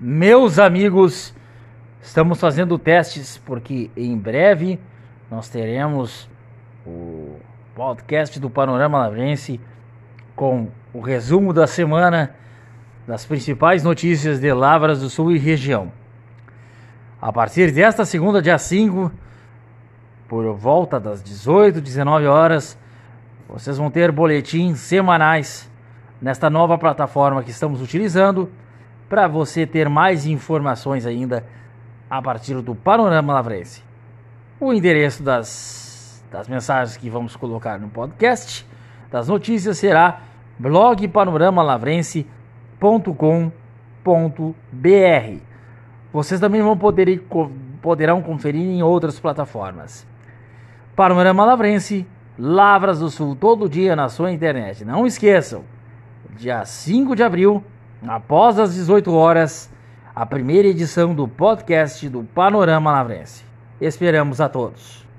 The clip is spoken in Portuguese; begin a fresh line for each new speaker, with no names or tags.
Meus amigos, estamos fazendo testes porque em breve nós teremos o podcast do Panorama Lavrense com o resumo da semana das principais notícias de Lavras do Sul e região. A partir desta segunda, dia 5, por volta das 18, 19 horas, vocês vão ter boletins semanais nesta nova plataforma que estamos utilizando para você ter mais informações ainda a partir do Panorama Lavrense. O endereço das mensagens que vamos colocar no podcast das notícias será blogpanoramalaVrense.com.br. Vocês também poderão conferir em outras plataformas. Panorama Lavrense, Lavras do Sul, todo dia na sua internet. Não esqueçam, dia 5 de abril, após as 18 horas, a primeira edição do podcast do Panorama Lavrense. Esperamos a todos.